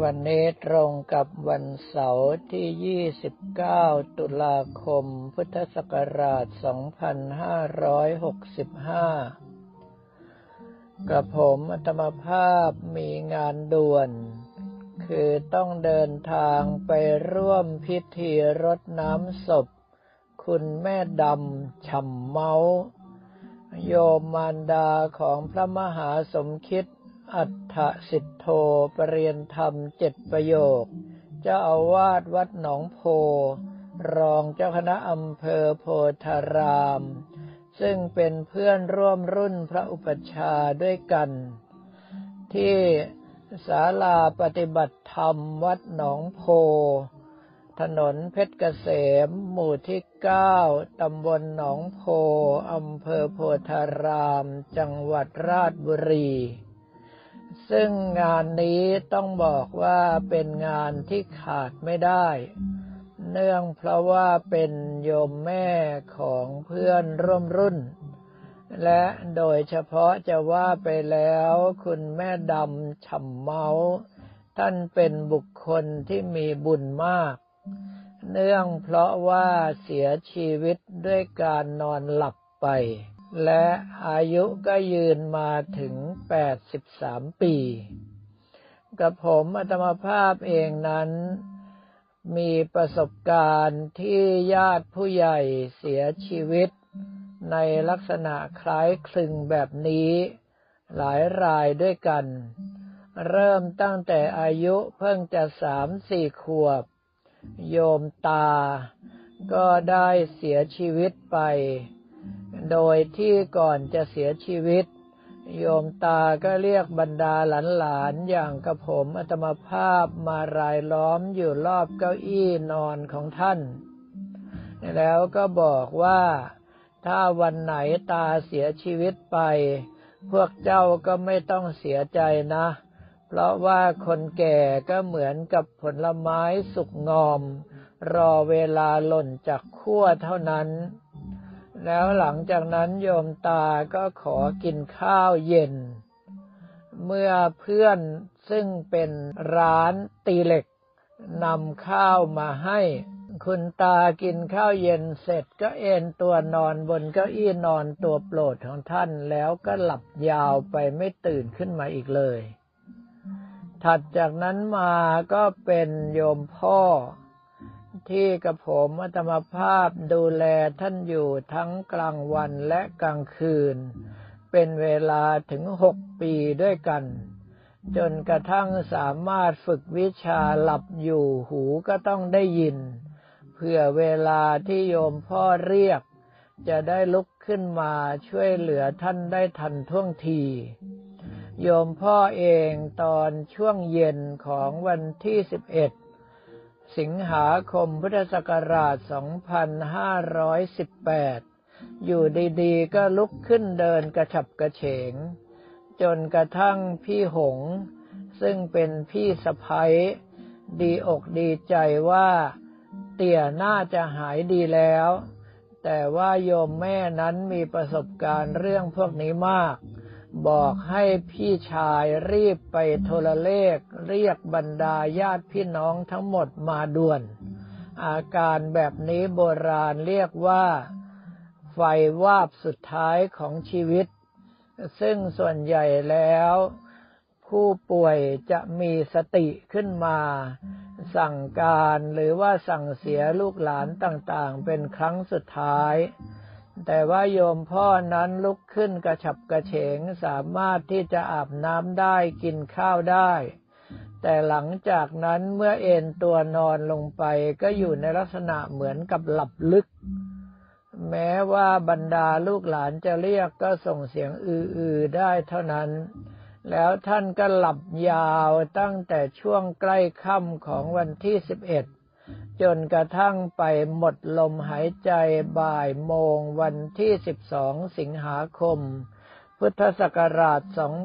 วันนี้ตรงกับวันเสาร์ที่29ตุลาคมพุทธศักราช2565กระผมอาตมาภาพมีงานด่วนคือต้องเดินทางไปร่วมพิธีรดน้ำศพคุณแม่ดำฉ่ำเมาโยมมารดาของพระมหาสมคิดอัฏฐสิทโธปรริยนธรรม7ประโยคเจ้าอาวาสวัดหนองโพรองเจ้าคณะอำเภอโพธารามซึ่งเป็นเพื่อนร่วมรุ่นพระอุปัชฌาย์ด้วยกันที่ศาลาปฏิบัติธรรมวัดหนองโพถนนเพชรเกษมหมู่ที่9ตำบลหนองโพอำเภอโพธารามจังหวัดราชบุรีซึ่งงานนี้ต้องบอกว่าเป็นงานที่ขาดไม่ได้เนื่องเพราะว่าเป็นโยมแม่ของเพื่อนร่วมรุ่นและโดยเฉพาะจะว่าไปแล้วคุณแม่ดำฉ่ำเมาท่านเป็นบุคคลที่มีบุญมากเนื่องเพราะว่าเสียชีวิตด้วยการนอนหลับไปและอายุก็ยืนมาถึง83ปีกับผมอาตมาภาพเองนั้นมีประสบการณ์ที่ญาติผู้ใหญ่เสียชีวิตในลักษณะคล้ายคลึงแบบนี้หลายรายด้วยกันเริ่มตั้งแต่อายุเพิ่งจะ 3-4 ขวบโยมตาก็ได้เสียชีวิตไปโดยที่ก่อนจะเสียชีวิตโยมตาก็เรียกบรรดาหลานๆอย่างกระผมอาตมาภาพมารายล้อมอยู่รอบเก้าอี้นอนของท่านแล้วก็บอกว่าถ้าวันไหนตาเสียชีวิตไปพวกเจ้าก็ไม่ต้องเสียใจนะเพราะว่าคนแก่ก็เหมือนกับผลไม้สุกงอมรอเวลาหล่นจากขั้วเท่านั้นแล้วหลังจากนั้นโยมตาก็ขอกินข้าวเย็นเมื่อเพื่อนซึ่งเป็นร้านตีเหล็กนำข้าวมาให้คุณตากินข้าวเย็นเสร็จก็เอนตัวนอนบนเก้าอี้นอนตัวโปรดของท่านแล้วก็หลับยาวไปไม่ตื่นขึ้นมาอีกเลยถัดจากนั้นมาก็เป็นโยมพ่อที่กระผมอาตมาภาพดูแลท่านอยู่ทั้งกลางวันและกลางคืนเป็นเวลาถึง6 ปีด้วยกันจนกระทั่งสามารถฝึกวิชาหลับอยู่หูก็ต้องได้ยินเพื่อเวลาที่โยมพ่อเรียกจะได้ลุกขึ้นมาช่วยเหลือท่านได้ทันท่วงทีโยมพ่อเองตอนช่วงเย็นของวันที่11สิงหาคมพุทธศักราช2518อยู่ดีๆก็ลุกขึ้นเดินกระฉับกระเฉงจนกระทั่งพี่หงซึ่งเป็นพี่สะใภ้ดีอกดีใจว่าเตี่ยน่าจะหายดีแล้วแต่ว่าโยมแม่นั้นมีประสบการณ์เรื่องพวกนี้มากบอกให้พี่ชายรีบไปโทรเลขเรียกบรรดาญาติพี่น้องทั้งหมดมาด่วนอาการแบบนี้โบราณเรียกว่าไฟวาบสุดท้ายของชีวิตซึ่งส่วนใหญ่แล้วผู้ป่วยจะมีสติขึ้นมาสั่งการหรือว่าสั่งเสียลูกหลานต่างๆเป็นครั้งสุดท้ายแต่ว่าโยมพ่อนั้นลุกขึ้นกระฉับกระเฉงสามารถที่จะอาบน้ำได้กินข้าวได้แต่หลังจากนั้นเมื่อเอนตัวนอนลงไปก็อยู่ในลักษณะเหมือนกับหลับลึกแม้ว่าบรรดาลูกหลานจะเรียกก็ส่งเสียงอือๆได้เท่านั้นแล้วท่านก็หลับยาวตั้งแต่ช่วงใกล้ค่ำของวันที่11จนกระทั่งไปหมดลมหายใจบ่ายโมงวันที่12สิงหาคมพุทธศักราช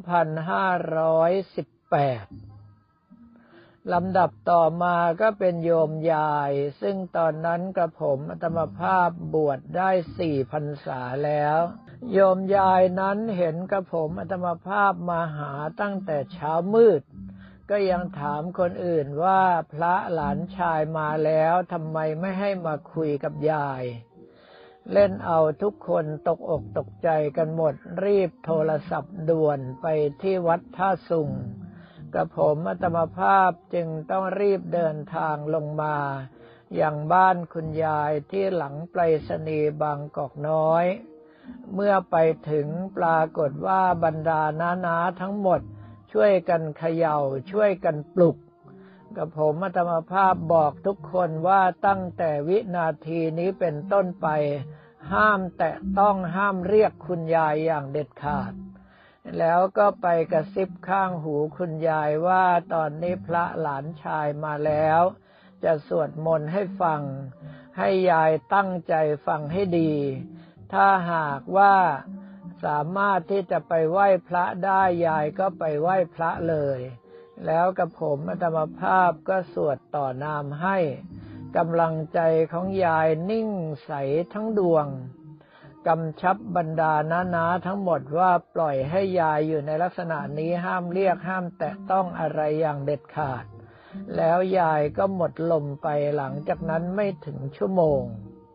2518ลำดับต่อมาก็เป็นโยมยายซึ่งตอนนั้นกระผมอาตมาภาพบวชได้4 พรรษาแล้วโยมยายนั้นเห็นกระผมอาตมาภาพมาหาตั้งแต่เช้ามืดก็ยังถามคนอื่นว่าพระหลานชายมาแล้วทำไมไม่ให้มาคุยกับยายเล่นเอาทุกคนตกอกตกใจกันหมดรีบโทรศัพท์ด่วนไปที่วัดท่าสุงกับผมอาตมาภาพจึงต้องรีบเดินทางลงมาอย่างบ้านคุณยายที่หลังไปรษณีย์บางกอกน้อยเมื่อไปถึงปรากฏว่าบรรดาน้าๆทั้งหมดช่วยกันเขย่าช่วยกันปลุกกับผมอาตมาภาพบอกทุกคนว่าตั้งแต่วินาทีนี้เป็นต้นไปห้ามแตะต้องห้ามเรียกคุณยายอย่างเด็ดขาดแล้วก็ไปกระซิบข้างหูคุณยายว่าตอนนี้พระหลานชายมาแล้วจะสวดมนต์ให้ฟังให้ยายตั้งใจฟังให้ดีถ้าหากว่าสามารถที่จะไปไหว้พระได้ยายก็ไปไหว้พระเลยแล้วกับผมอาตมาภาพก็สวดต่อนามให้กำลังใจของยายนิ่งใสทั้งดวงกำชับบรรดาน้าๆทั้งหมดว่าปล่อยให้ยายอยู่ในลักษณะนี้ห้ามเรียกห้ามแตะต้องอะไรอย่างเด็ดขาดแล้วยายก็หมดลมไปหลังจากนั้นไม่ถึงชั่วโมง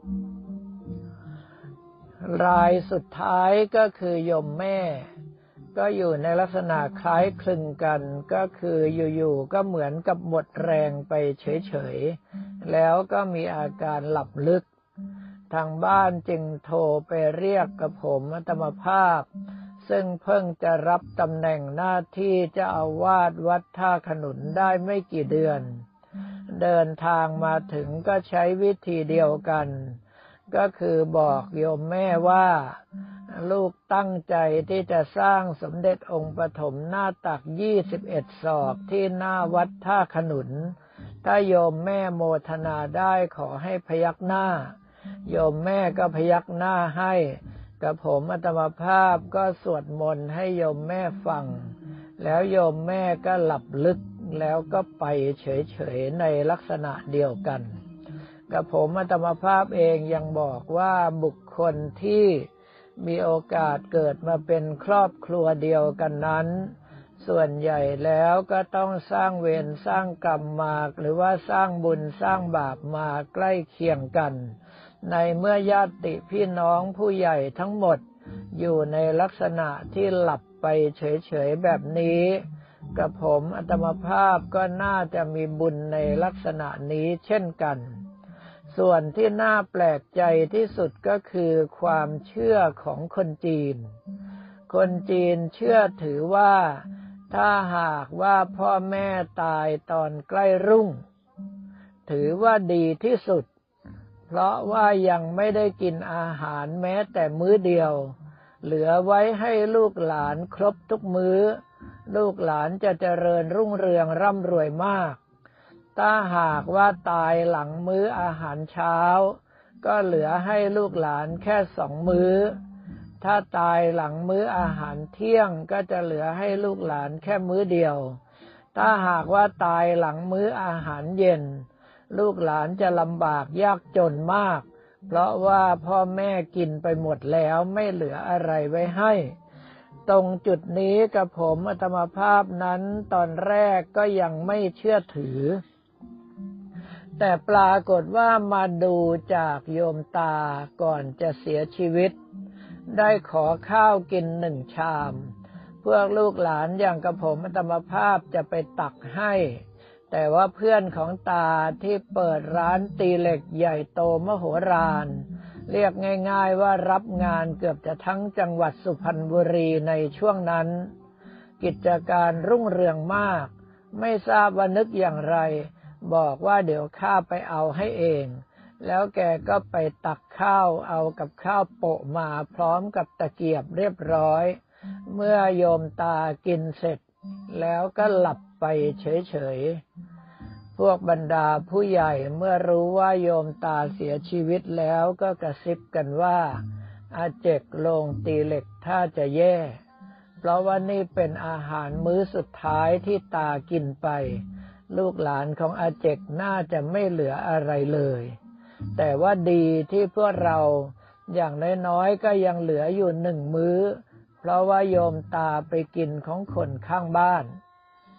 รายสุดท้ายก็คือโยมแม่ก็อยู่ในลักษณะคล้ายคลึงกันก็คืออยู่ๆก็เหมือนกับหมดแรงไปเฉยๆแล้วก็มีอาการหลับลึกทางบ้านจึงโทรไปเรียกกับผมอาตมาภาพซึ่งเพิ่งจะรับตำแหน่งหน้าที่เจ้าอาวาสวัดท่าขนุนได้ไม่กี่เดือนเดินทางมาถึงก็ใช้วิธีเดียวกันก็คือบอกโยมแม่ว่าลูกตั้งใจที่จะสร้างสมเด็จองค์ปฐมหน้าตัก21 ศอกที่หน้าวัดท่าขนุนถ้าโยมแม่โมทนาได้ขอให้พยักหน้าโยมแม่ก็พยักหน้าให้กับผมอาตมาภาพก็สวดมนต์ให้โยมแม่ฟังแล้วโยมแม่ก็หลับลึกแล้วก็ไปเฉยๆในลักษณะเดียวกันกับผมอาตมาภาพเองยังบอกว่าบุคคลที่มีโอกาสเกิดมาเป็นครอบครัวเดียวกันนั้นส่วนใหญ่แล้วก็ต้องสร้างเวรสร้างกรรมมาหรือว่าสร้างบุญสร้างบาปมาใกล้เคียงกันในเมื่อญาติพี่น้องผู้ใหญ่ทั้งหมดอยู่ในลักษณะที่หลับไปเฉยๆแบบนี้กับผมอาตมาภาพก็น่าจะมีบุญในลักษณะนี้เช่นกันส่วนที่น่าแปลกใจที่สุดก็คือความเชื่อของคนจีนคนจีนเชื่อถือว่าถ้าหากว่าพ่อแม่ตายตอนใกล้รุ่งถือว่าดีที่สุดเพราะว่ายังไม่ได้กินอาหารแม้แต่มื้อเดียวเหลือไว้ให้ลูกหลานครบทุกมื้อลูกหลานจะเจริญรุ่งเรืองร่ำรวยมากถ้าหากว่าตายหลังมื้ออาหารเช้าก็เหลือให้ลูกหลานแค่2 มื้อถ้าตายหลังมื้ออาหารเที่ยงก็จะเหลือให้ลูกหลานแค่มื้อเดียวถ้าหากว่าตายหลังมื้ออาหารเย็นลูกหลานจะลำบากยากจนมากเพราะว่าพ่อแม่กินไปหมดแล้วไม่เหลืออะไรไว้ให้ตรงจุดนี้กับผมอาตมาภาพนั้นตอนแรกก็ยังไม่เชื่อถือแต่ปรากฏว่ามาดูจากโยมตาก่อนจะเสียชีวิตได้ขอข้าวกิน1 ชามพวกลูกหลานอย่างกับผมอาตมาภาพจะไปตักให้แต่ว่าเพื่อนของตาที่เปิดร้านตีเหล็กใหญ่โตมโหฬารเรียกง่ายๆว่ารับงานเกือบจะทั้งจังหวัดสุพรรณบุรีในช่วงนั้นกิจการรุ่งเรืองมากไม่ทราบว่านึกอย่างไรบอกว่าเดี๋ยวข้าไปเอาให้เองแล้วแกก็ไปตักข้าวเอากับข้าวโปะมาพร้อมกับตะเกียบเรียบร้อยเมื่อโยมตากินเสร็จแล้วก็หลับไปเฉยๆพวกบรรดาผู้ใหญ่เมื่อรู้ว่าโยมตาเสียชีวิตแล้วก็กระซิบกันว่าอาเจกโลงตีเหล็กถ้าจะแย่เพราะว่านี่เป็นอาหารมื้อสุดท้ายที่ตากินไปลูกหลานของอาเจกน่าจะไม่เหลืออะไรเลยแต่ว่าดีที่พวกเราอย่างน้อยๆก็ยังเหลืออยู่1 มื้อเพราะว่าโยมตาไปกินของคนข้างบ้าน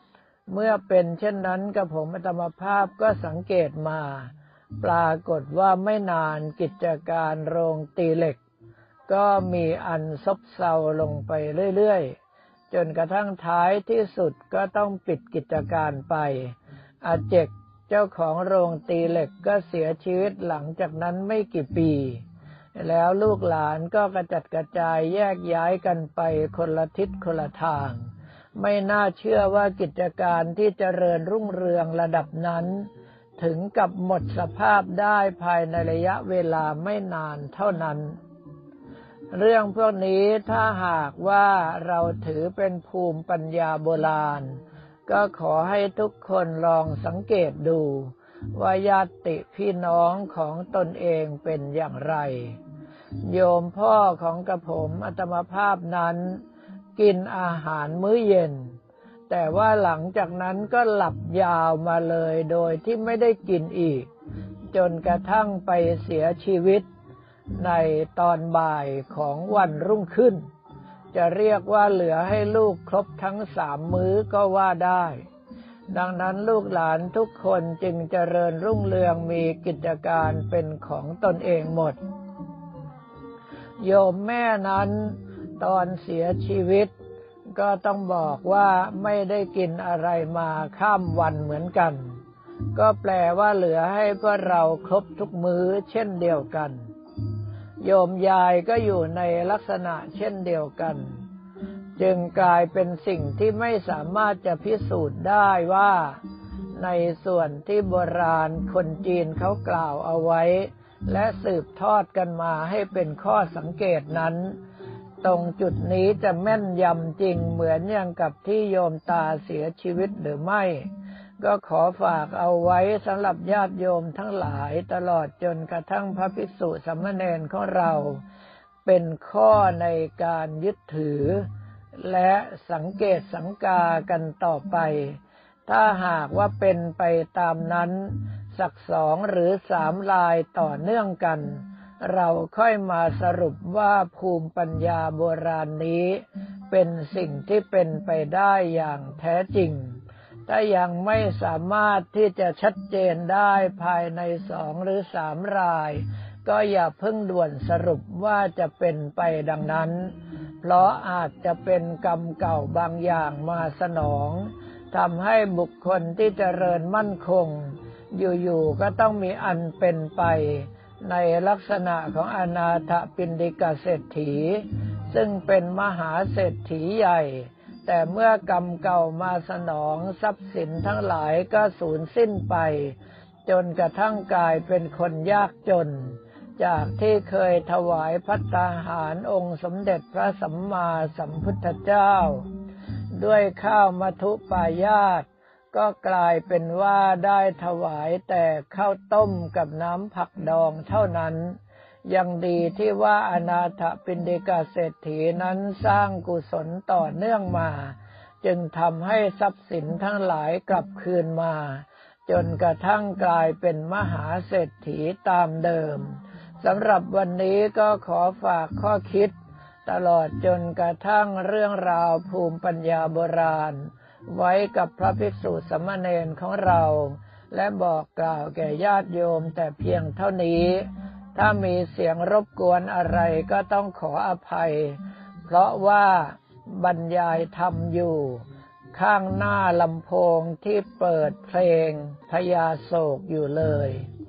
เมื่อเป็นเช่นนั้นกับผมอาตมาภาพก็สังเกตมาปรากฏว่าไม่นานกิจการโรงตีเหล็กก็มีอันซบเซาลงไปเรื่อยๆจนกระทั่งท้ายที่สุดก็ต้องปิดกิจการไปอาเจกเจ้าของโรงตีเหล็กก็เสียชีวิตหลังจากนั้นไม่กี่ปีแล้วลูกหลานก็กระจัดกระจายแยกย้ายกันไปคนละทิศคนละทางไม่น่าเชื่อว่ากิจการที่เจริญรุ่งเรืองระดับนั้นถึงกับหมดสภาพได้ภายในระยะเวลาไม่นานเท่านั้นเรื่องพวกนี้ถ้าหากว่าเราถือเป็นภูมิปัญญาโบราณก็ขอให้ทุกคนลองสังเกตดูว่าญาติพี่น้องของตนเองเป็นอย่างไรโยมพ่อของกระผมอาตมาภาพนั้นกินอาหารมื้อเย็นแต่ว่าหลังจากนั้นก็หลับยาวมาเลยโดยที่ไม่ได้กินอีกจนกระทั่งไปเสียชีวิตในตอนบ่ายของวันรุ่งขึ้นจะเรียกว่าเหลือให้ลูกครบทั้ง3 มื้อก็ว่าได้ดังนั้นลูกหลานทุกคนจึงเจริญรุ่งเรืองมีกิจการเป็นของตนเองหมดโยมแม่นั้นตอนเสียชีวิตก็ต้องบอกว่าไม่ได้กินอะไรมาข้ามวันเหมือนกันก็แปลว่าเหลือให้พวกเราครบทุกมื้อเช่นเดียวกันโยมยายก็อยู่ในลักษณะเช่นเดียวกันจึงกลายเป็นสิ่งที่ไม่สามารถจะพิสูจน์ได้ว่าในส่วนที่โบราณคนจีนเขากล่าวเอาไว้และสืบทอดกันมาให้เป็นข้อสังเกตนั้นตรงจุดนี้จะแม่นยำจริงเหมือนอย่างกับที่โยมตาเสียชีวิตหรือไม่ก็ขอฝากเอาไว้สำหรับญาติโยมทั้งหลายตลอดจนกระทั่งพระภิกษุสามเณรของเราเป็นข้อในการยึดถือและสังเกตสังกากันต่อไปถ้าหากว่าเป็นไปตามนั้นสัก2 หรือ 3 รายต่อเนื่องกันเราค่อยมาสรุปว่าภูมิปัญญาโบราณนี้เป็นสิ่งที่เป็นไปได้อย่างแท้จริงถ้ายังไม่สามารถที่จะชัดเจนได้ภายใน2 หรือ 3 รายก็อย่าเพิ่งด่วนสรุปว่าจะเป็นไปดังนั้นเพราะอาจจะเป็นกรรมเก่าบางอย่างมาสนองทำให้บุคคลที่เจริญมั่นคงอยู่ๆก็ต้องมีอันเป็นไปในลักษณะของอนาถปิณฑิกเศรษฐีซึ่งเป็นมหาเศรษฐีใหญ่แต่เมื่อกรรมเก่ามาสนองทรัพย์สินทั้งหลายก็สูญสิ้นไปจนกระทั่งกลายเป็นคนยากจนจากที่เคยถวายภัตตาหารองค์สมเด็จพระสัมมาสัมพุทธเจ้าด้วยข้าวมัทุปายาตก็กลายเป็นว่าได้ถวายแต่ข้าวต้มกับน้ำผักดองเท่านั้นยังดีที่ว่าอนาถปิณฑิกเศรษฐีนั้นสร้างกุศลต่อเนื่องมาจึงทำให้ทรัพย์สินทั้งหลายกลับคืนมาจนกระทั่งกลายเป็นมหาเศรษฐีตามเดิมสำหรับวันนี้ก็ขอฝากข้อคิดตลอดจนกระทั่งเรื่องราวภูมิปัญญาโบราณไว้กับพระภิกษุสามเณรของเราและบอกกล่าวแก่ญาติโยมแต่เพียงเท่านี้ถ้ามีเสียงรบกวนอะไรก็ต้องขออภัยเพราะว่าบรรยายธรรมอยู่ข้างหน้าลำโพงที่เปิดเพลงพญาโศกอยู่เลย